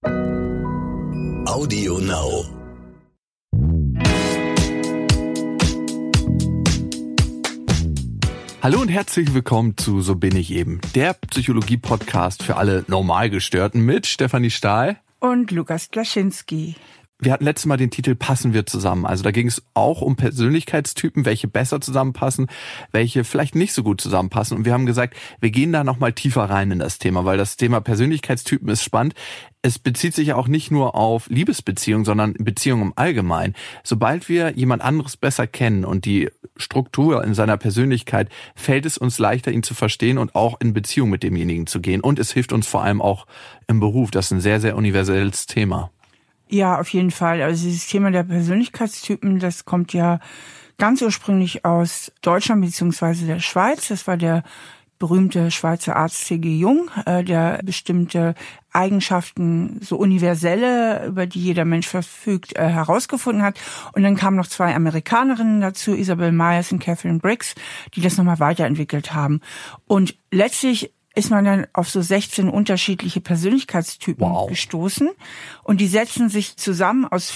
Audio Now. Hallo und herzlich willkommen zu So bin ich eben, der Psychologie-Podcast für alle Normalgestörten mit Stefanie Stahl und Lukas Klaschinski. Wir hatten letztes Mal den Titel Passen wir zusammen. Also da ging es auch um Persönlichkeitstypen, welche besser zusammenpassen, welche vielleicht nicht so gut zusammenpassen. Und wir haben gesagt, wir gehen da nochmal tiefer rein in das Thema, weil das Thema Persönlichkeitstypen ist spannend. Es bezieht sich ja auch nicht nur auf Liebesbeziehungen, sondern Beziehungen im Allgemeinen. Sobald wir jemand anderes besser kennen und die Struktur in seiner Persönlichkeit, fällt es uns leichter, ihn zu verstehen und auch in Beziehung mit demjenigen zu gehen. Und es hilft uns vor allem auch im Beruf. Das ist ein sehr, sehr universelles Thema. Ja, auf jeden Fall. Also dieses Thema der Persönlichkeitstypen, das kommt ja ganz ursprünglich aus Deutschland bzw. der Schweiz. Das war der berühmte Schweizer Arzt C.G. Jung, der bestimmte Eigenschaften, so universelle, über die jeder Mensch verfügt, herausgefunden hat. Und dann kamen noch zwei Amerikanerinnen dazu, Isabel Myers und Catherine Briggs, die das nochmal weiterentwickelt haben. Und letztlich ist man dann auf so 16 unterschiedliche Persönlichkeitstypen gestoßen. Und die setzen sich zusammen aus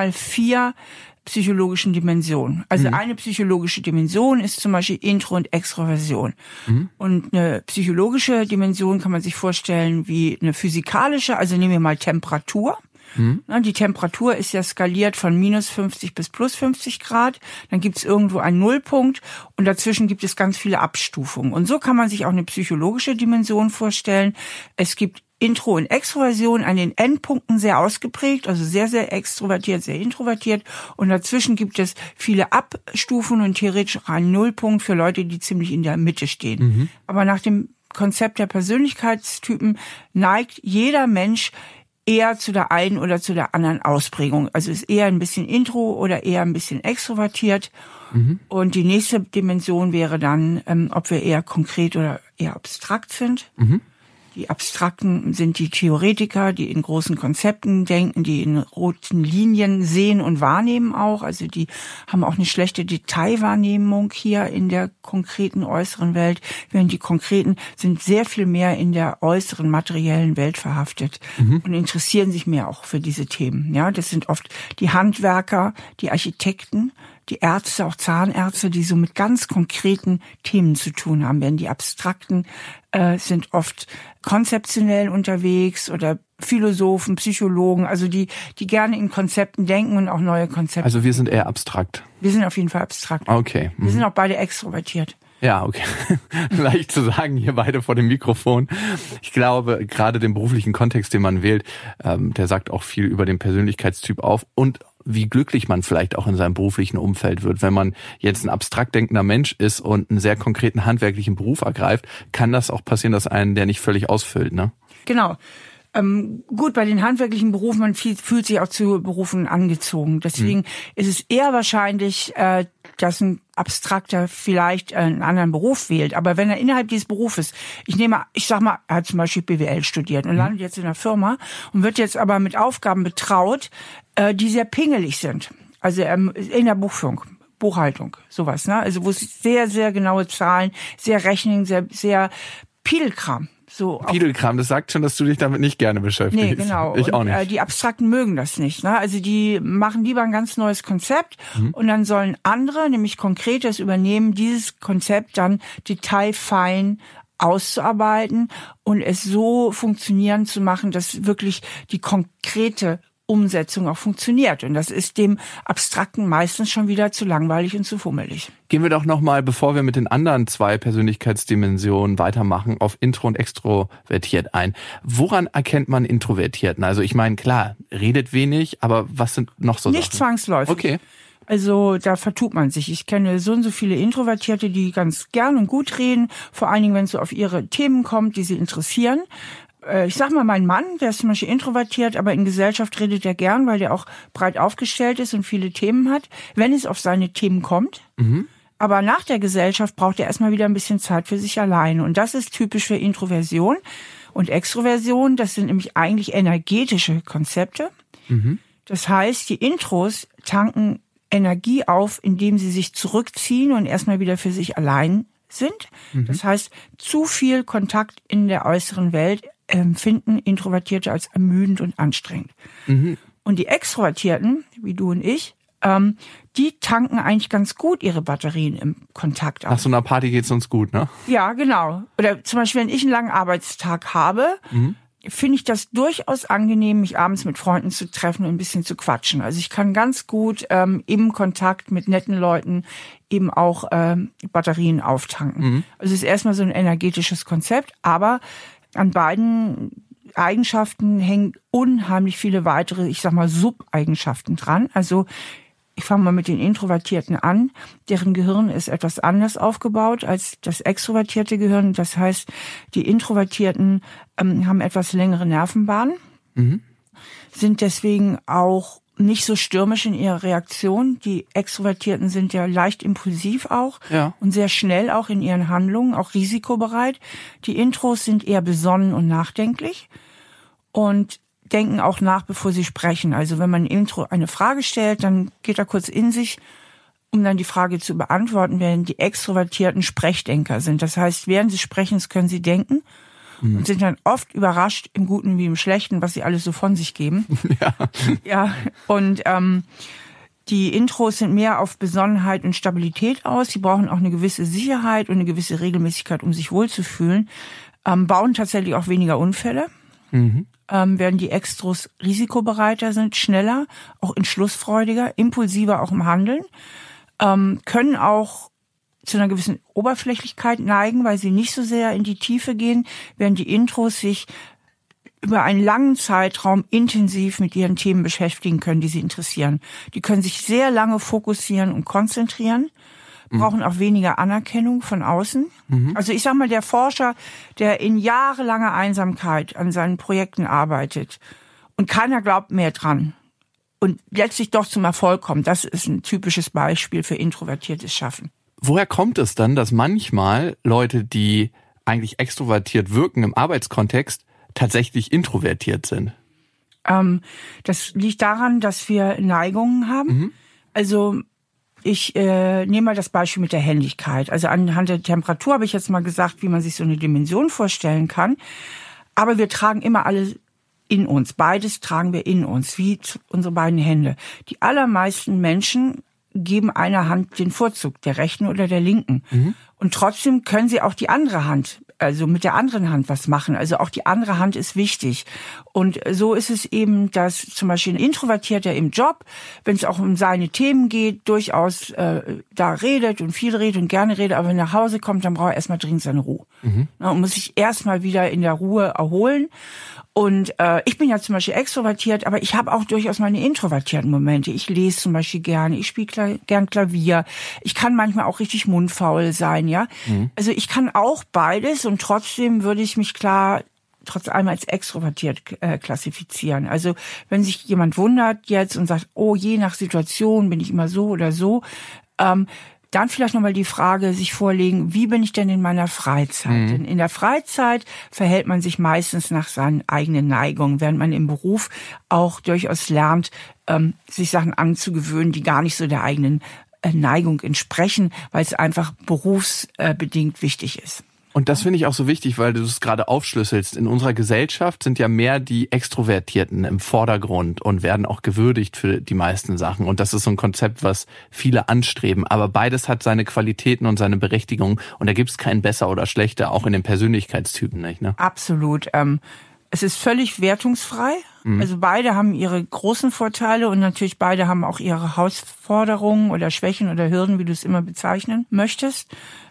4x4 psychologischen Dimensionen. Also eine psychologische Dimension ist zum Beispiel Intro- und Extroversion. Und eine psychologische Dimension kann man sich vorstellen wie eine physikalische, also nehmen wir mal Temperatur. Die Temperatur ist ja skaliert von minus 50 bis plus 50 Grad. Dann gibt es irgendwo einen Nullpunkt und dazwischen gibt es ganz viele Abstufungen. Und so kann man sich auch eine psychologische Dimension vorstellen. Es gibt Intro- und Extroversion an den Endpunkten sehr ausgeprägt, also sehr, sehr extrovertiert, sehr introvertiert. Und dazwischen gibt es viele Abstufungen und theoretisch auch einen Nullpunkt für Leute, die ziemlich in der Mitte stehen. Aber nach dem Konzept der Persönlichkeitstypen neigt jeder Mensch eher zu der einen oder zu der anderen Ausprägung. Also ist eher ein bisschen intro oder eher ein bisschen extrovertiert. Und die nächste Dimension wäre dann, ob wir eher konkret oder eher abstrakt sind. Die Abstrakten sind die Theoretiker, die in großen Konzepten denken, die in roten Linien sehen und wahrnehmen auch. Also die haben auch eine schlechte Detailwahrnehmung hier in der konkreten äußeren Welt, während die Konkreten sind sehr viel mehr in der äußeren materiellen Welt verhaftet und interessieren sich mehr auch für diese Themen. Ja, das sind oft die Handwerker, die Architekten, die Ärzte, auch Zahnärzte, die so mit ganz konkreten Themen zu tun haben. Während die Abstrakten sind oft konzeptionell unterwegs oder Philosophen, Psychologen, also die gerne in Konzepten denken und auch neue Konzepte. Also wir sind eher abstrakt. Wir sind auf jeden Fall abstrakt. Okay. Wir sind auch beide extrovertiert. Ja, okay. Leicht zu sagen, hier beide vor dem Mikrofon. Ich glaube, gerade den beruflichen Kontext, den man wählt, der sagt auch viel über den Persönlichkeitstyp auf und wie glücklich man vielleicht auch in seinem beruflichen Umfeld wird. Wenn man jetzt ein abstrakt denkender Mensch ist und einen sehr konkreten handwerklichen Beruf ergreift, kann das auch passieren, dass einen der nicht völlig ausfüllt, ne? Genau. Gut, bei den handwerklichen Berufen, man fühlt sich auch zu Berufen angezogen. Deswegen ist es eher wahrscheinlich, dass ein Abstrakter vielleicht einen anderen Beruf wählt. Aber wenn er innerhalb dieses Berufes, ich sag mal, er hat zum Beispiel BWL studiert und landet jetzt in einer Firma und wird jetzt aber mit Aufgaben betraut, die sehr pingelig sind. Also in der Buchhaltung, sowas, ne? Also wo es sehr, sehr genaue Zahlen, sehr Rechnen, sehr, sehr Piedelkram. So Piedelkram, das sagt schon, dass du dich damit nicht gerne beschäftigst. Nee, genau. Ich auch nicht. Die Abstrakten mögen das nicht. Ne? Also die machen lieber ein ganz neues Konzept und dann sollen andere, nämlich Konkretes, übernehmen, dieses Konzept dann detailfein auszuarbeiten und es so funktionieren zu machen, dass wirklich die konkrete Umsetzung auch funktioniert. Und das ist dem Abstrakten meistens schon wieder zu langweilig und zu fummelig. Gehen wir doch nochmal, bevor wir mit den anderen zwei Persönlichkeitsdimensionen weitermachen, auf intro- und extrovertiert ein. Woran erkennt man Introvertierten? Also ich meine, klar, redet wenig, aber was sind noch so Nicht Sachen? zwangsläufig. Okay. Also da vertut man sich. Ich kenne so und so viele Introvertierte, die ganz gern und gut reden, vor allen Dingen, wenn es so auf ihre Themen kommt, die sie interessieren. Ich sag mal, mein Mann, der ist zum Beispiel introvertiert, aber in Gesellschaft redet er gern, weil der auch breit aufgestellt ist und viele Themen hat, wenn es auf seine Themen kommt. Aber nach der Gesellschaft braucht er erstmal wieder ein bisschen Zeit für sich alleine. Und das ist typisch für Introversion und Extroversion. Das sind nämlich eigentlich energetische Konzepte. Das heißt, die Intros tanken Energie auf, indem sie sich zurückziehen und erstmal wieder für sich allein sind. Das heißt, zu viel Kontakt in der äußeren Welt empfinden Introvertierte als ermüdend und anstrengend. Mhm. Und die Extrovertierten, wie du und ich, die tanken eigentlich ganz gut ihre Batterien im Kontakt auf. Nach so einer Party geht's uns gut, ne? Ja, genau. Oder zum Beispiel, wenn ich einen langen Arbeitstag habe, finde ich das durchaus angenehm, mich abends mit Freunden zu treffen und ein bisschen zu quatschen. Also ich kann ganz gut im Kontakt mit netten Leuten eben auch Batterien auftanken. Also es ist erstmal so ein energetisches Konzept, aber an beiden Eigenschaften hängen unheimlich viele weitere, ich sag mal, Subeigenschaften dran. Also ich fange mal mit den Introvertierten an. Deren Gehirn ist etwas anders aufgebaut als das extrovertierte Gehirn. Das heißt, die Introvertierten haben etwas längere Nervenbahnen, sind deswegen auch nicht so stürmisch in ihrer Reaktion. Die Extrovertierten sind ja leicht impulsiv auch und sehr schnell auch in ihren Handlungen, auch risikobereit. Die Intros sind eher besonnen und nachdenklich und denken auch nach, bevor sie sprechen. Also wenn man im Intro eine Frage stellt, dann geht er kurz in sich, um dann die Frage zu beantworten, während die Extrovertierten Sprechdenker sind. Das heißt, während sie sprechen, können sie denken und sind dann oft überrascht, im Guten wie im Schlechten, was sie alles so von sich geben. Ja, und die Intros sind mehr auf Besonnenheit und Stabilität aus. Sie brauchen auch eine gewisse Sicherheit und eine gewisse Regelmäßigkeit, um sich wohlzufühlen. Bauen tatsächlich auch weniger Unfälle. Werden die Extros risikobereiter, sind schneller, auch entschlussfreudiger, impulsiver auch im Handeln, können auch zu einer gewissen Oberflächlichkeit neigen, weil sie nicht so sehr in die Tiefe gehen, während die Intros sich über einen langen Zeitraum intensiv mit ihren Themen beschäftigen können, die sie interessieren. Die können sich sehr lange fokussieren und konzentrieren, brauchen auch weniger Anerkennung von außen. Also ich sag mal, der Forscher, der in jahrelanger Einsamkeit an seinen Projekten arbeitet und keiner glaubt mehr dran und letztlich doch zum Erfolg kommt, das ist ein typisches Beispiel für introvertiertes Schaffen. Woher kommt es dann, dass manchmal Leute, die eigentlich extrovertiert wirken im Arbeitskontext, tatsächlich introvertiert sind? Das liegt daran, dass wir Neigungen haben. Also ich nehme mal das Beispiel mit der Helligkeit. Also anhand der Temperatur habe ich jetzt mal gesagt, wie man sich so eine Dimension vorstellen kann. Aber wir tragen immer alle in uns. Beides tragen wir in uns, wie unsere beiden Hände. Die allermeisten Menschen geben einer Hand den Vorzug, der rechten oder der linken. Und trotzdem können sie auch die andere Hand, also mit der anderen Hand was machen. Also auch die andere Hand ist wichtig. Und so ist es eben, dass zum Beispiel ein Introvertierter im Job, wenn es auch um seine Themen geht, durchaus da redet und viel redet und gerne redet, aber wenn er nach Hause kommt, dann braucht er erstmal dringend seine Ruhe. Und muss sich erstmal wieder in der Ruhe erholen. Und ich bin ja zum Beispiel extrovertiert, aber ich habe auch durchaus meine introvertierten Momente. Ich lese zum Beispiel gerne, ich spiele gern Klavier, ich kann manchmal auch richtig mundfaul sein, ja. Also ich kann auch beides und trotzdem würde ich mich klar trotz allem als extrovertiert klassifizieren. Also wenn sich jemand wundert jetzt und sagt, oh, je nach Situation bin ich immer so oder so, dann vielleicht nochmal die Frage sich vorlegen, wie bin ich denn in meiner Freizeit? Denn in der Freizeit verhält man sich meistens nach seinen eigenen Neigungen, während man im Beruf auch durchaus lernt, sich Sachen anzugewöhnen, die gar nicht so der eigenen Neigung entsprechen, weil es einfach berufsbedingt wichtig ist. Und das finde ich auch so wichtig, weil du es gerade aufschlüsselst. In unserer Gesellschaft sind ja mehr die Extrovertierten im Vordergrund und werden auch gewürdigt für die meisten Sachen. Und das ist so ein Konzept, was viele anstreben. Aber beides hat seine Qualitäten und seine Berechtigung. Und da gibt es kein besser oder schlechter, auch in den Persönlichkeitstypen nicht, ne? Absolut. Es ist völlig wertungsfrei. Also beide haben ihre großen Vorteile und natürlich beide haben auch ihre Herausforderungen oder Schwächen oder Hürden, wie du es immer bezeichnen möchtest.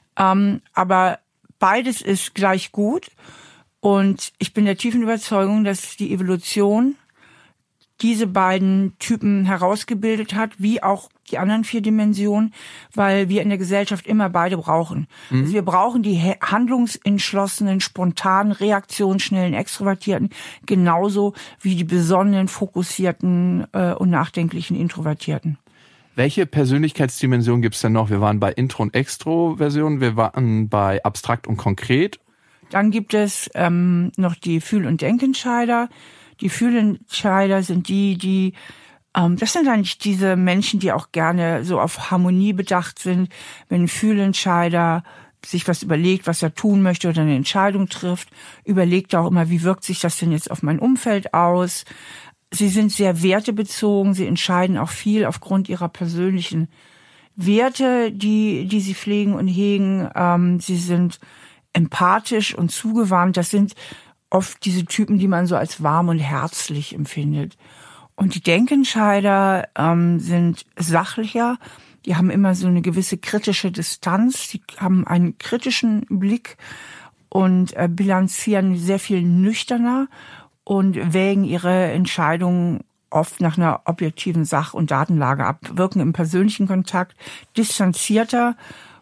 Aber beides ist gleich gut und ich bin der tiefen Überzeugung, dass die Evolution diese beiden Typen herausgebildet hat, wie auch die anderen 4 Dimensionen, weil wir in der Gesellschaft immer beide brauchen. Also wir brauchen die handlungsentschlossenen, spontanen, reaktionsschnellen, extrovertierten, genauso wie die besonnenen, fokussierten und nachdenklichen Introvertierten. Welche Persönlichkeitsdimension gibt's denn noch? Wir waren bei Intro- und Extroversion, wir waren bei Abstrakt und Konkret. Dann gibt es noch die Fühl- und Denkentscheider. Die Fühlentscheider sind die das sind eigentlich diese Menschen, die auch gerne so auf Harmonie bedacht sind. Wenn ein Fühlentscheider sich was überlegt, was er tun möchte oder eine Entscheidung trifft, überlegt auch immer, wie wirkt sich das denn jetzt auf mein Umfeld aus. Sie sind sehr wertebezogen, sie entscheiden auch viel aufgrund ihrer persönlichen Werte, die sie pflegen und hegen. Sie sind empathisch und zugewandt. Das sind oft diese Typen, die man so als warm und herzlich empfindet. Und die Denkentscheider sind sachlicher. Die haben immer so eine gewisse kritische Distanz. Die haben einen kritischen Blick und bilanzieren sehr viel nüchterner und wägen ihre Entscheidungen oft nach einer objektiven Sach- und Datenlage ab, wirken im persönlichen Kontakt distanzierter.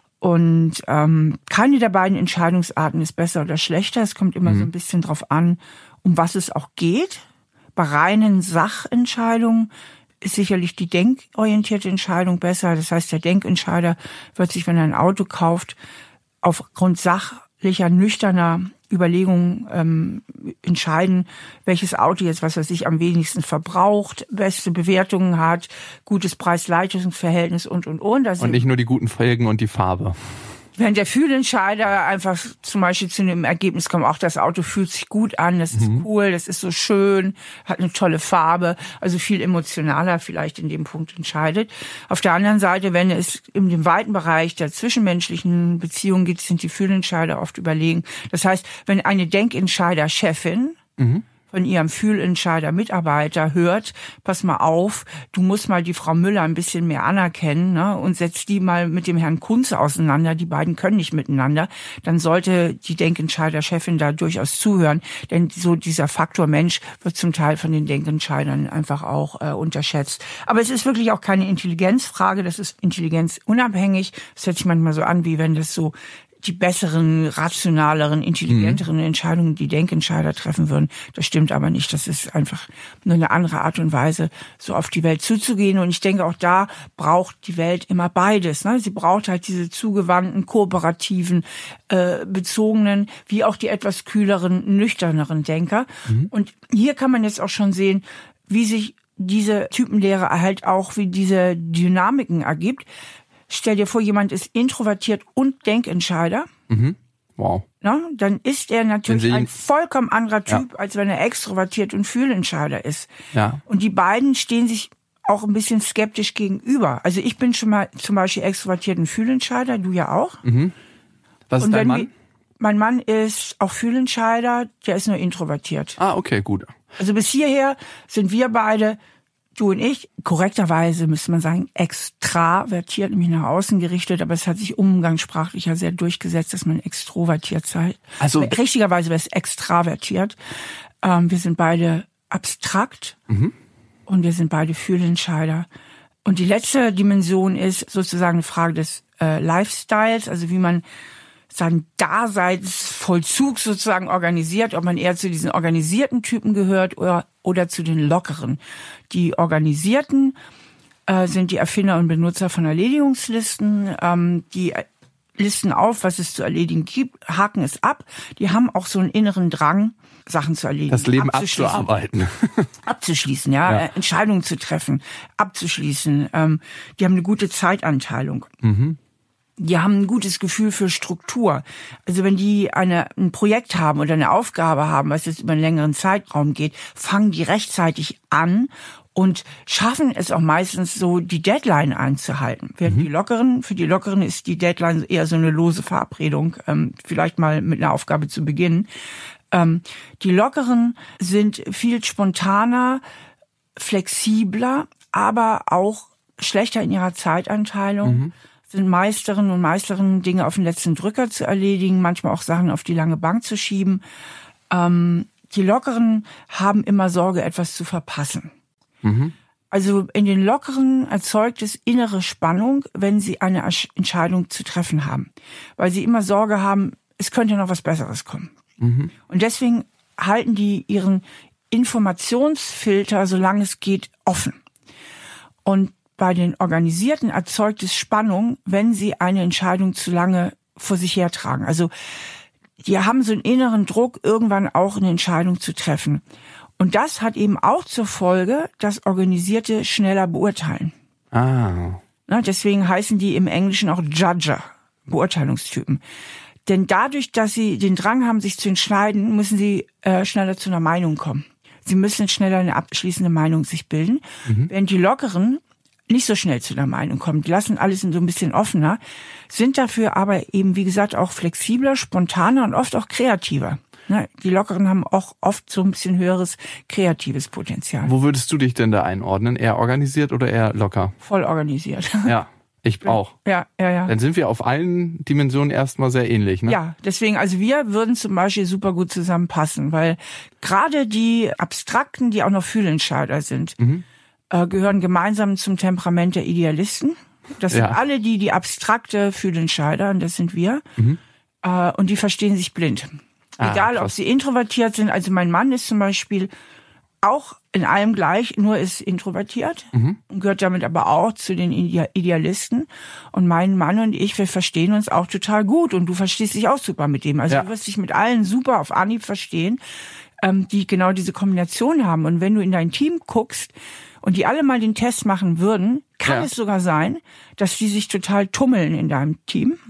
Und keine der beiden Entscheidungsarten ist besser oder schlechter. Es kommt immer so ein bisschen drauf an, um was es auch geht. Bei reinen Sachentscheidungen ist sicherlich die denkorientierte Entscheidung besser. Das heißt, der Denkentscheider wird sich, wenn er ein Auto kauft, aufgrund sachlicher, nüchterner Überlegungen entscheiden, welches Auto jetzt, was weiß ich, am wenigsten verbraucht, beste Bewertungen hat, gutes Preis-Leistungs-Verhältnis und. Und nicht nur die guten Felgen und die Farbe. Wenn der Fühlentscheider einfach zum Beispiel zu einem Ergebnis kommt, auch das Auto fühlt sich gut an, das ist cool, das ist so schön, hat eine tolle Farbe, also viel emotionaler vielleicht in dem Punkt entscheidet. Auf der anderen Seite, wenn es in dem weiten Bereich der zwischenmenschlichen Beziehungen geht, sind die Fühlentscheider oft überlegen. Das heißt, wenn eine Denkentscheider-Chefin von ihrem Fühlentscheider-Mitarbeiter hört, pass mal auf, du musst mal die Frau Müller ein bisschen mehr anerkennen, ne, und setz die mal mit dem Herrn Kunze auseinander, die beiden können nicht miteinander, dann sollte die Denkentscheider-Chefin da durchaus zuhören, denn so dieser Faktor Mensch wird zum Teil von den Denkentscheidern einfach auch unterschätzt. Aber es ist wirklich auch keine Intelligenzfrage, das ist intelligenzunabhängig. Das hört sich manchmal so an, wie wenn das so die besseren, rationaleren, intelligenteren Entscheidungen die Denkentscheider treffen würden. Das stimmt aber nicht. Das ist einfach nur eine andere Art und Weise, so auf die Welt zuzugehen. Und ich denke, auch da braucht die Welt immer beides. Ne? Sie braucht halt diese zugewandten, kooperativen, bezogenen, wie auch die etwas kühleren, nüchterneren Denker. Und hier kann man jetzt auch schon sehen, wie sich diese Typenlehre halt auch, wie diese Dynamiken ergibt. Stell dir vor, jemand ist introvertiert und Denkentscheider. Wow. Na, dann ist er natürlich ein vollkommen anderer Typ, als wenn er extrovertiert und Fühlentscheider ist. Ja. Und die beiden stehen sich auch ein bisschen skeptisch gegenüber. Also ich bin schon mal zum Beispiel extrovertiert und Fühlentscheider, du ja auch. Was ist dein Mann? Mein Mann ist auch Fühlentscheider, der ist nur introvertiert. Ah, okay, gut. Also bis hierher sind wir beide, du und ich, korrekterweise müsste man sagen, extravertiert, nämlich nach außen gerichtet, aber es hat sich umgangssprachlich ja sehr durchgesetzt, dass man extrovertiert sei. Also richtigerweise wäre es extravertiert. Wir sind beide abstrakt und wir sind beide Fühlentscheider. Und die letzte Dimension ist sozusagen eine Frage des Lifestyles, also wie man seinen Daseinsvollzug sozusagen organisiert, ob man eher zu diesen organisierten Typen gehört oder zu den lockeren. Die Organisierten sind die Erfinder und Benutzer von Erledigungslisten, die listen auf, was es zu erledigen gibt, haken es ab. Die haben auch so einen inneren Drang, Sachen zu erledigen. Das Leben abzuarbeiten. Abzuschließen, ja. Entscheidungen zu treffen, abzuschließen. Die haben eine gute Zeitanteilung. Die haben ein gutes Gefühl für Struktur. Also wenn die ein Projekt haben oder eine Aufgabe haben, was jetzt über einen längeren Zeitraum geht, fangen die rechtzeitig an und schaffen es auch meistens so, die Deadline einzuhalten. Während für die Lockeren ist die Deadline eher so eine lose Verabredung, vielleicht mal mit einer Aufgabe zu beginnen. Die Lockeren sind viel spontaner, flexibler, aber auch schlechter in ihrer Zeitanteilung. Sind Meisterinnen und Meisterinnen, Dinge auf den letzten Drücker zu erledigen, manchmal auch Sachen auf die lange Bank zu schieben. Die Lockeren haben immer Sorge, etwas zu verpassen. Also in den Lockeren erzeugt es innere Spannung, wenn sie eine Entscheidung zu treffen haben. Weil sie immer Sorge haben, es könnte noch was Besseres kommen. Und deswegen halten die ihren Informationsfilter, solange es geht, offen. Und bei den Organisierten erzeugt es Spannung, wenn sie eine Entscheidung zu lange vor sich hertragen. Also die haben so einen inneren Druck, irgendwann auch eine Entscheidung zu treffen. Und das hat eben auch zur Folge, dass Organisierte schneller beurteilen. Ah. Deswegen heißen die im Englischen auch Judger. Beurteilungstypen. Denn dadurch, dass sie den Drang haben, sich zu entscheiden, müssen sie schneller zu einer Meinung kommen. Sie müssen schneller eine abschließende Meinung sich bilden. Während die Lockeren nicht so schnell zu einer Meinung kommen. Die lassen alles so ein bisschen offener, sind dafür aber eben, wie gesagt, auch flexibler, spontaner und oft auch kreativer. Die Lockeren haben auch oft so ein bisschen höheres kreatives Potenzial. Wo würdest du dich denn da einordnen? Eher organisiert oder eher locker? Voll organisiert. Ja, ich auch. Ja. Dann sind wir auf allen Dimensionen erstmal sehr ähnlich, ne? Ja, deswegen, also wir würden zum Beispiel super gut zusammenpassen, weil gerade die Abstrakten, die auch noch Fühlentscheider sind, gehören gemeinsam zum Temperament der Idealisten. Das sind alle die abstrakte Fühlentscheider, und das sind wir. Und die verstehen sich blind. Egal, ob sie introvertiert sind. Also mein Mann ist zum Beispiel auch in allem gleich, nur ist introvertiert und gehört damit aber auch zu den Idealisten. Und mein Mann und ich, wir verstehen uns auch total gut, und du verstehst dich auch super mit dem. Also du wirst dich mit allen super auf Anhieb verstehen, die genau diese Kombination haben. Und wenn du in dein Team guckst und die alle mal den Test machen würden, kann es sogar sein, dass die sich total tummeln in deinem Team.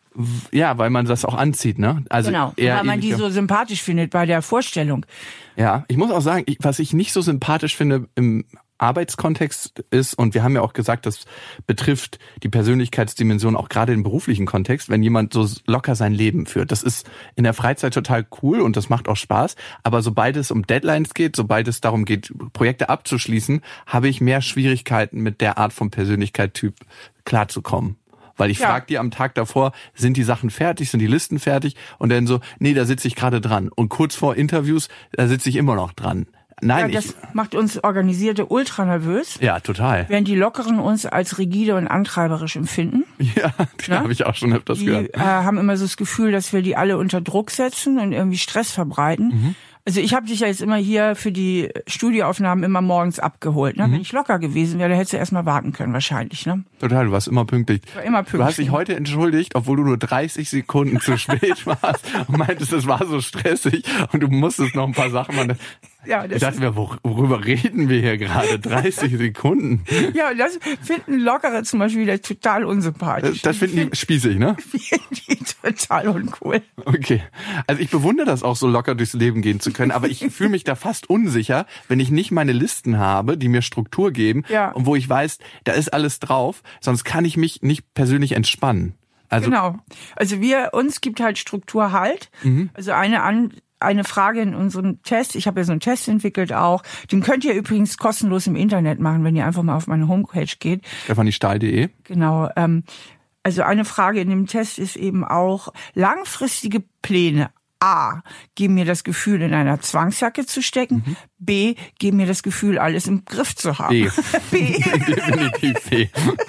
Ja, weil man das auch anzieht, ne? Also genau, weil man die so sympathisch findet bei der Vorstellung. Ja, ich muss auch sagen, was ich nicht so sympathisch finde im Arbeitskontext ist, und wir haben ja auch gesagt, das betrifft die Persönlichkeitsdimension auch gerade im beruflichen Kontext, wenn jemand so locker sein Leben führt. Das ist in der Freizeit total cool und das macht auch Spaß, aber sobald es um Deadlines geht, sobald es darum geht, Projekte abzuschließen, habe ich mehr Schwierigkeiten, mit der Art von Persönlichkeit-Typ klarzukommen. Weil ich frage die am Tag davor, sind die Sachen fertig, sind die Listen fertig? Und dann so, nee, da sitze ich gerade dran. Und kurz vor Interviews, da sitze ich immer noch dran. Nein, das macht uns Organisierte ultra nervös. Ja, total. Während die Lockeren uns als rigide und antreiberisch empfinden. Ja, habe ich auch schon öfters gehört. Die haben immer so das Gefühl, dass wir die alle unter Druck setzen und irgendwie Stress verbreiten. Also ich habe dich ja jetzt immer hier für die Studioaufnahmen immer morgens abgeholt. Ne? Wenn ich locker gewesen wäre, hättest du erst mal warten können wahrscheinlich. Ne? Total, du warst immer pünktlich. Ich war immer pünktlich. Du hast dich heute entschuldigt, obwohl du nur 30 Sekunden zu spät warst und meintest, es war so stressig und du musstest noch ein paar Sachen machen. Ja, ich dachte mir, worüber reden wir hier gerade? 30 Sekunden. Ja, und das finden Lockere zum Beispiel wieder total unsympathisch. Das finden die spießig, ne? Finden die total uncool. Okay. Also ich bewundere das auch, so locker durchs Leben gehen zu können, aber ich fühle mich da fast unsicher, wenn ich nicht meine Listen habe, die mir Struktur geben und wo ich weiß, da ist alles drauf, sonst kann ich mich nicht persönlich entspannen. Also genau. Also uns gibt halt Struktur Halt. Also eine Frage in unserem Test, ich habe ja so einen Test entwickelt auch, den könnt ihr übrigens kostenlos im Internet machen, wenn ihr einfach mal auf meine Homepage geht. stephaniestahl.de. Genau. Also eine Frage in dem Test ist eben auch, langfristige Pläne A, geben mir das Gefühl, in einer Zwangsjacke zu stecken. B, geben mir das Gefühl, alles im Griff zu haben. B. B. Definitiv B.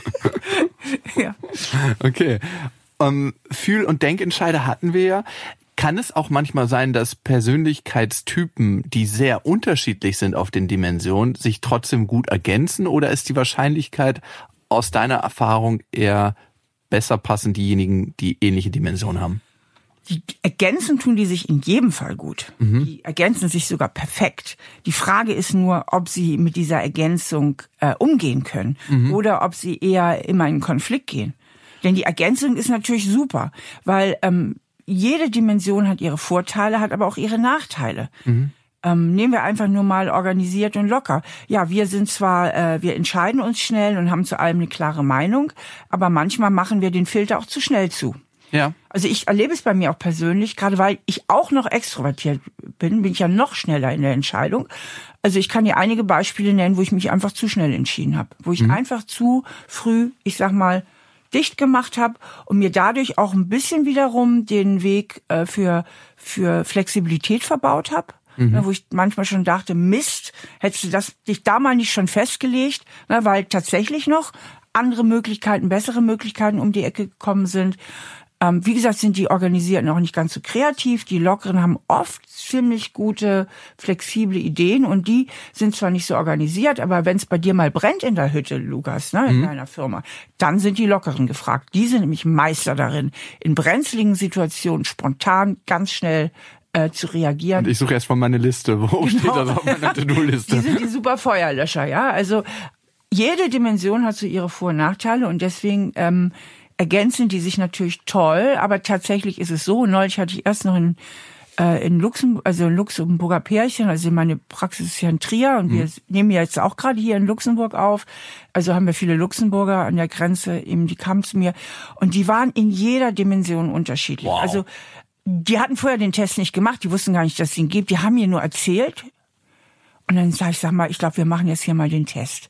Ja. Okay. Fühl- und Denkentscheider hatten wir ja. Kann es auch manchmal sein, dass Persönlichkeitstypen, die sehr unterschiedlich sind auf den Dimensionen, sich trotzdem gut ergänzen? Oder ist die Wahrscheinlichkeit aus deiner Erfahrung eher besser passen diejenigen, die ähnliche Dimensionen haben? Die ergänzen tun die sich in jedem Fall gut. Die ergänzen sich sogar perfekt. Die Frage ist nur, ob sie mit dieser Ergänzung umgehen können oder ob sie eher immer in Konflikt gehen. Denn die Ergänzung ist natürlich super, weil jede Dimension hat ihre Vorteile, hat aber auch ihre Nachteile. Nehmen wir einfach nur mal organisiert und locker. Ja, wir sind zwar, wir entscheiden uns schnell und haben zu allem eine klare Meinung, aber manchmal machen wir den Filter auch zu schnell zu. Ja. Also ich erlebe es bei mir auch persönlich, gerade weil ich auch noch extrovertiert bin ich ja noch schneller in der Entscheidung. Also ich kann dir einige Beispiele nennen, wo ich mich einfach zu schnell entschieden habe, wo ich einfach zu früh, ich sag mal, dicht gemacht habe und mir dadurch auch ein bisschen wiederum den Weg für Flexibilität verbaut habe. Wo ich manchmal schon dachte, Mist, hättest du dich da mal nicht schon festgelegt, weil tatsächlich noch andere Möglichkeiten, bessere Möglichkeiten um die Ecke gekommen sind. Wie gesagt, sind die Organisierten auch nicht ganz so kreativ. Die Lockeren haben oft ziemlich gute, flexible Ideen und die sind zwar nicht so organisiert, aber wenn es bei dir mal brennt in der Hütte, Lukas, in deiner Firma, dann sind die Lockeren gefragt. Die sind nämlich Meister darin, in brenzligen Situationen spontan, ganz schnell zu reagieren. Und ich suche erst mal meine Liste. Wo steht das auf meiner To-Do-Liste? Die sind die super Feuerlöscher, ja. Also jede Dimension hat so ihre Vor- und Nachteile und deswegen ergänzen die sich natürlich toll, aber tatsächlich ist es so, neulich hatte ich erst noch in Luxemburg, also ein Luxemburger Pärchen, also meine Praxis ist ja in Trier und wir nehmen ja jetzt auch gerade hier in Luxemburg auf, also haben wir viele Luxemburger an der Grenze, eben die kamen zu mir und die waren in jeder Dimension unterschiedlich. Wow. Also die hatten vorher den Test nicht gemacht, die wussten gar nicht, dass es ihn gibt, die haben mir nur erzählt und dann sag mal, ich glaube, wir machen jetzt hier mal den Test.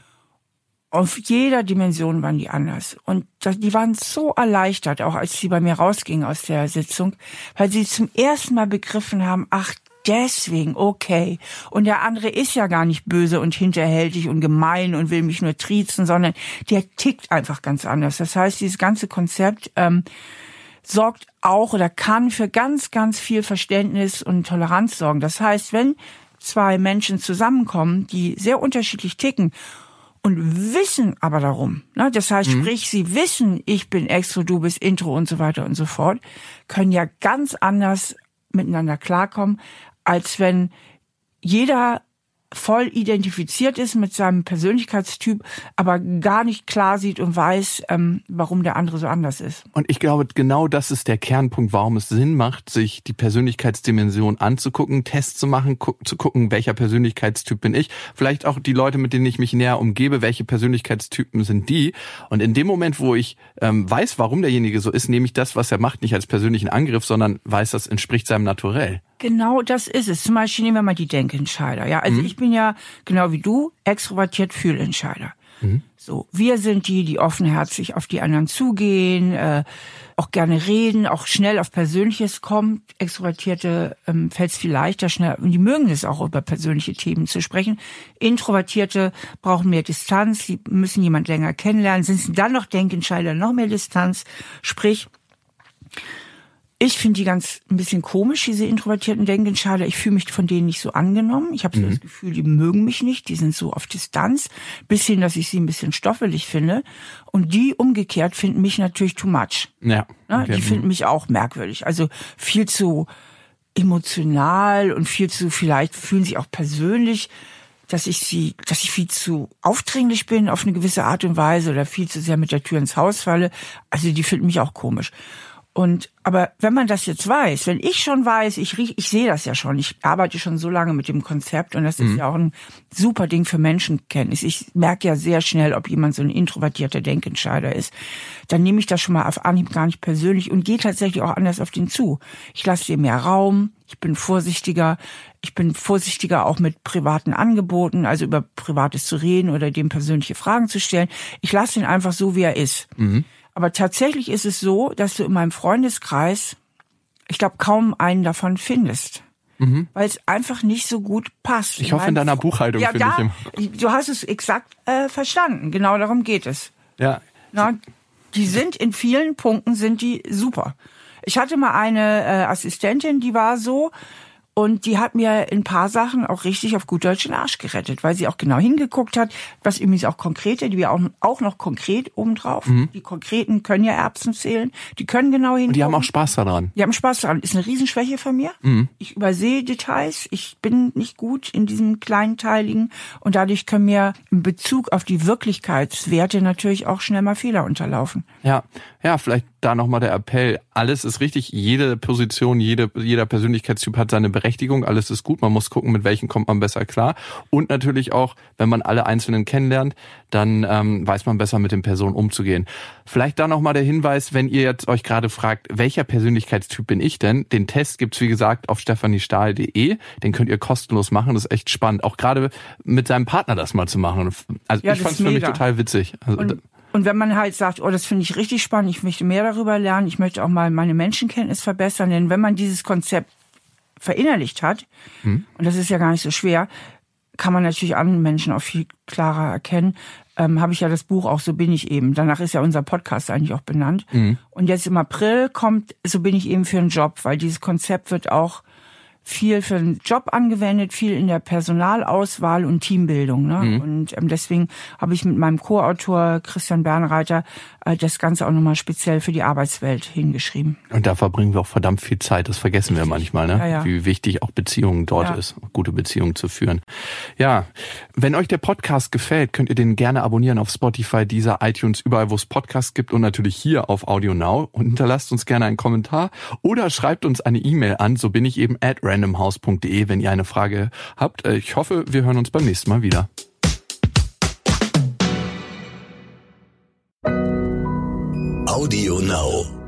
Auf jeder Dimension waren die anders. Und die waren so erleichtert, auch als sie bei mir rausgingen aus der Sitzung, weil sie zum ersten Mal begriffen haben, ach, deswegen, okay. Und der andere ist ja gar nicht böse und hinterhältig und gemein und will mich nur triezen, sondern der tickt einfach ganz anders. Das heißt, dieses ganze Konzept sorgt auch oder kann für ganz, ganz viel Verständnis und Toleranz sorgen. Das heißt, wenn zwei Menschen zusammenkommen, die sehr unterschiedlich ticken, und wissen aber darum, ne? Das heißt, sprich, sie wissen, ich bin Extro, du bist Intro und so weiter und so fort, können ja ganz anders miteinander klarkommen, als wenn jeder voll identifiziert ist mit seinem Persönlichkeitstyp, aber gar nicht klar sieht und weiß, warum der andere so anders ist. Und ich glaube, genau das ist der Kernpunkt, warum es Sinn macht, sich die Persönlichkeitsdimension anzugucken, Tests zu machen, zu gucken, welcher Persönlichkeitstyp bin ich. Vielleicht auch die Leute, mit denen ich mich näher umgebe, welche Persönlichkeitstypen sind die. Und in dem Moment, wo ich weiß, warum derjenige so ist, nehme ich das, was er macht, nicht als persönlichen Angriff, sondern weiß, das entspricht seinem Naturell. Genau das ist es. Zum Beispiel nehmen wir mal die Denkentscheider. Ja, also ich bin ja, genau wie du, extrovertiert Fühlentscheider. So, wir sind die offenherzig auf die anderen zugehen, auch gerne reden, auch schnell auf Persönliches kommen. Extrovertierte fällt es viel leichter, schnell, und die mögen es auch, über persönliche Themen zu sprechen. Introvertierte brauchen mehr Distanz, die müssen jemand länger kennenlernen, sind dann noch Denkentscheider, noch mehr Distanz. Sprich, ich finde die ganz ein bisschen komisch, diese introvertierten Denkentscheider. Ich fühle mich von denen nicht so angenommen. Ich habe so das Gefühl, die mögen mich nicht. Die sind so auf Distanz, bis hin, dass ich sie ein bisschen stoffelig finde. Und die umgekehrt finden mich natürlich too much. Ja. Okay. Die finden mich auch merkwürdig. Also viel zu emotional und viel zu, vielleicht fühlen sie auch persönlich, dass ich viel zu aufdringlich bin auf eine gewisse Art und Weise oder viel zu sehr mit der Tür ins Haus falle. Also die finden mich auch komisch. Aber wenn man das jetzt weiß, wenn ich schon weiß, ich sehe das ja schon, ich arbeite schon so lange mit dem Konzept und das ist ja auch ein super Ding für Menschenkenntnis. Ich merke ja sehr schnell, ob jemand so ein introvertierter Denkentscheider ist. Dann nehme ich das schon mal auf Anhieb gar nicht persönlich und gehe tatsächlich auch anders auf den zu. Ich lasse dir mehr Raum, ich bin vorsichtiger auch mit privaten Angeboten, also über Privates zu reden oder dem persönliche Fragen zu stellen. Ich lasse ihn einfach so, wie er ist. Aber tatsächlich ist es so, dass du in meinem Freundeskreis, ich glaube, kaum einen davon findest. Weil es einfach nicht so gut passt. Ich hoffe, in deiner Buchhaltung finde ich immer. Du hast es exakt verstanden. Genau darum geht es. Ja. Na, die sind in vielen Punkten sind die super. Ich hatte mal eine Assistentin, die war so, und die hat mir in ein paar Sachen auch richtig auf gut Deutsch den Arsch gerettet, weil sie auch genau hingeguckt hat, was übrigens auch konkrete, die wir auch noch konkret obendrauf. Die Konkreten können ja Erbsen zählen, die können genau hingucken. Und die haben auch Spaß daran. Die haben Spaß daran. Ist eine Riesenschwäche von mir. Ich übersehe Details, ich bin nicht gut in diesem Kleinteiligen und dadurch können mir in Bezug auf die Wirklichkeitswerte natürlich auch schnell mal Fehler unterlaufen. Ja, vielleicht da nochmal der Appell. Alles ist richtig, jede Position, jeder Persönlichkeitstyp hat seine Berechtigung, alles ist gut, man muss gucken, mit welchen kommt man besser klar. Und natürlich auch, wenn man alle Einzelnen kennenlernt, dann weiß man besser, mit den Personen umzugehen. Vielleicht da nochmal der Hinweis, wenn ihr jetzt euch gerade fragt, welcher Persönlichkeitstyp bin ich denn? Den Test gibt's wie gesagt auf stephaniestahl.de, den könnt ihr kostenlos machen, das ist echt spannend. Auch gerade mit seinem Partner das mal zu machen. Also ja, ich fand's für mich total witzig. Also, und wenn man halt sagt, oh, das finde ich richtig spannend, ich möchte mehr darüber lernen, ich möchte auch mal meine Menschenkenntnis verbessern, denn wenn man dieses Konzept verinnerlicht hat, und das ist ja gar nicht so schwer, kann man natürlich anderen Menschen auch viel klarer erkennen. Habe ich ja das Buch auch So bin ich eben. Danach ist ja unser Podcast eigentlich auch benannt. Und jetzt im April kommt So bin ich eben für einen Job, weil dieses Konzept wird auch viel für den Job angewendet, viel in der Personalauswahl und Teambildung. Ne? Und deswegen habe ich mit meinem Co-Autor Christian Bernreiter das Ganze auch nochmal speziell für die Arbeitswelt hingeschrieben. Und da verbringen wir auch verdammt viel Zeit, das vergessen wir manchmal, ne? Ja. Wie wichtig auch Beziehungen dort ist, gute Beziehungen zu führen. Ja, wenn euch der Podcast gefällt, könnt ihr den gerne abonnieren auf Spotify, Deezer, iTunes, überall wo es Podcasts gibt und natürlich hier auf Audio Now. Und hinterlasst uns gerne einen Kommentar oder schreibt uns eine E-Mail an, so bin ich eben @randomhouse.de, wenn ihr eine Frage habt. Ich hoffe, wir hören uns beim nächsten Mal wieder. Audio Now.